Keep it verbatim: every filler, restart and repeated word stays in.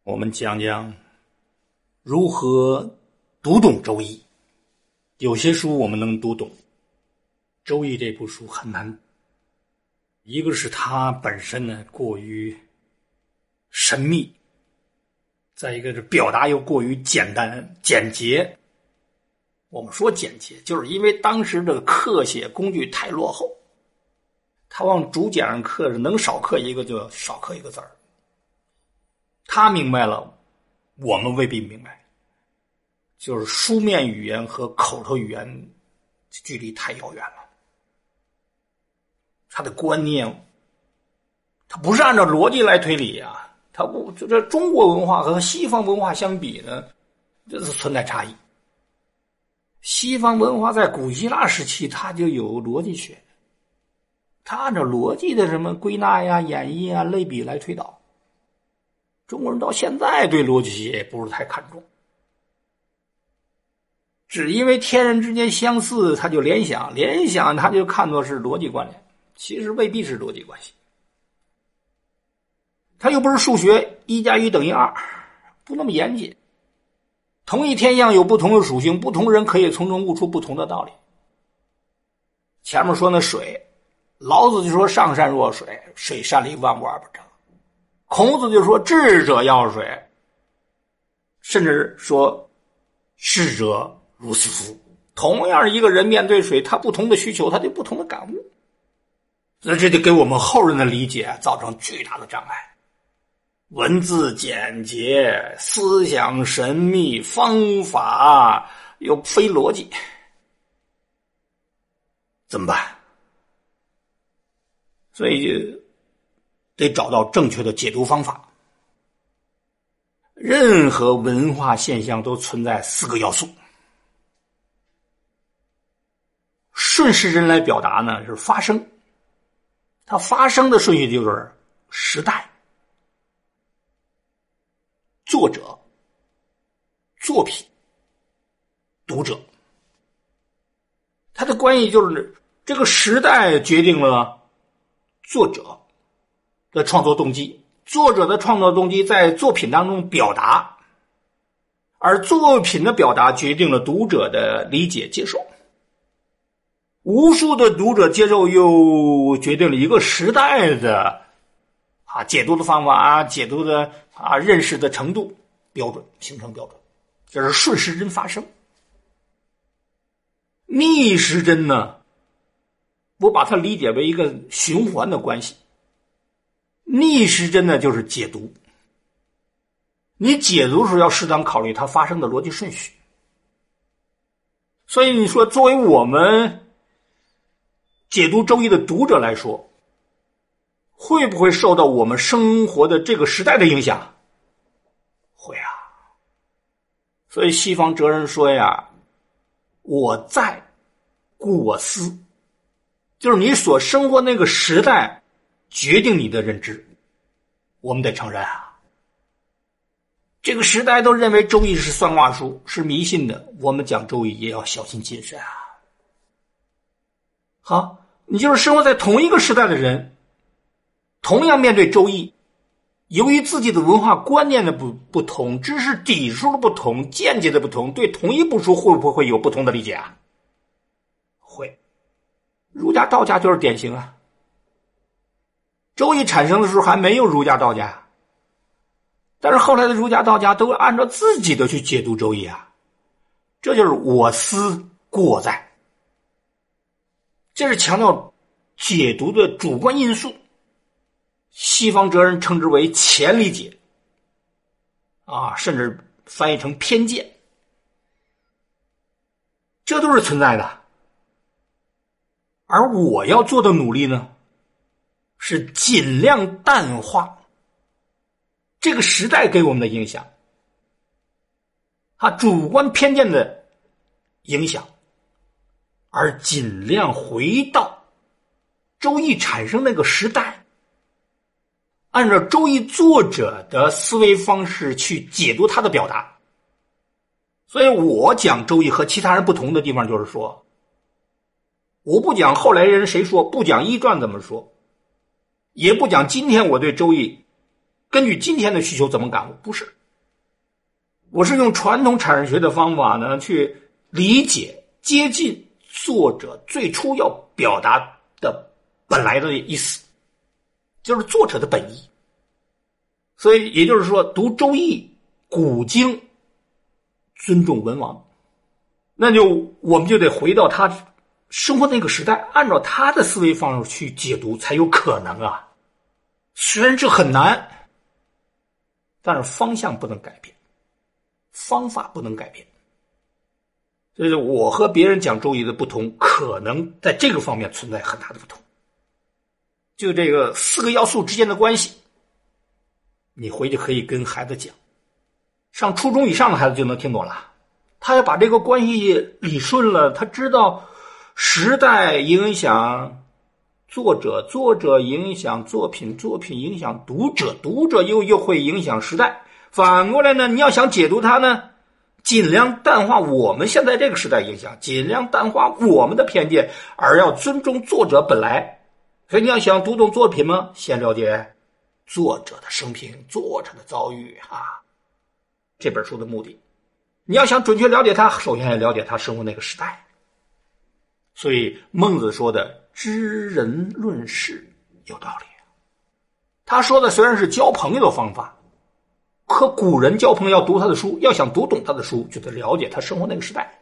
我们讲讲如何读懂周易。有些书我们能读懂，周易这部书很难。一个是它本身呢过于神秘，再一个是表达又过于简单简洁。我们说简洁，就是因为当时的刻写工具太落后，他往竹简上刻，能少刻一个就少刻一个字儿。他明白了，我们未必明白，就是书面语言和口头语言距离太遥远了。他的观念，他不是按照逻辑来推理啊，他不，就这中国文化和西方文化相比呢，这是存在差异。西方文化在古希腊时期，它就有逻辑学，它按照逻辑的什么归纳呀、演绎啊、类比来推导。中国人到现在对逻辑学也不是太看重，只因为天人之间相似，他就联想，联想他就看作是逻辑关联，其实未必是逻辑关系。他又不是数学，一加一等于二，不那么严谨。同一天象有不同的属性，不同人可以从中悟出不同的道理。前面说那水，老子就说上善若水，水善利万物而不争。孔子就说智者要水，甚至说逝者如斯夫。同样一个人面对水，他不同的需求，他就不同的感悟。那这就给我们后人的理解造成巨大的障碍。文字简洁，思想神秘，方法又非逻辑，怎么办？所以就得找到正确的解读方法。任何文化现象都存在四个要素。顺时针来表达呢是发生，它发生的顺序就是时代、作者、作品、读者。它的关系就是这个时代决定了作者的创作动机，作者的创作动机在作品当中表达，而作品的表达决定了读者的理解接受。无数的读者接受又决定了一个时代的啊解读的方法啊解读的啊认识的程度标准，形成标准。这是顺时针发生。逆时针呢，我把它理解为一个循环的关系。逆时针呢就是解读，你解读的时候要适当考虑它发生的逻辑顺序。所以你说作为我们解读周易的读者来说，会不会受到我们生活的这个时代的影响？会啊。所以西方哲人说呀，我在故我思，就是你所生活那个时代决定你的认知。我们得承认啊，这个时代都认为周易是算卦书，是迷信的，我们讲周易也要小心谨慎啊。好，你就是生活在同一个时代的人，同样面对周易，由于自己的文化观念的不不同，知识底数的不同，见解的不同，对同一部书会不会有不同的理解啊？会。儒家道家就是典型啊。周易产生的时候还没有儒家道家，但是后来的儒家道家都按照自己的去解读周易啊，这就是我思故我在，这是强调解读的主观因素。西方哲人称之为前理解啊，甚至翻译成偏见，这都是存在的。而我要做的努力呢，是尽量淡化这个时代给我们的影响，啊，主观偏见的影响，而尽量回到周易产生那个时代，按照周易作者的思维方式去解读他的表达。所以我讲周易和其他人不同的地方就是说，我不讲后来人谁说，不讲易传怎么说，也不讲今天我对周易根据今天的需求怎么感悟，不是。我是用传统阐释学的方法呢，去理解接近作者最初要表达的本来的意思，就是作者的本意。所以也就是说，读周易古经尊重文王，那就我们就得回到他生活那个时代，按照他的思维方式去解读才有可能啊。虽然这很难，但是方向不能改变，方法不能改变。所以我和别人讲周易的不同，可能在这个方面存在很大的不同。就这个四个要素之间的关系，你回去可以跟孩子讲，上初中以上的孩子就能听懂了。他要把这个关系理顺了，他知道时代影响作者，作者影响作品，作品影响读者，读者又又会影响时代。反过来呢，你要想解读它呢，尽量淡化我们现在这个时代影响，尽量淡化我们的偏见，而要尊重作者本来。所以你要想读懂作品吗？先了解作者的生平，作者的遭遇啊，这本书的目的。你要想准确了解他，首先要了解他生活那个时代。所以孟子说的知人论事有道理。他说的虽然是交朋友的方法，和古人交朋友要读他的书，要想读懂他的书，就得了解他生活那个时代。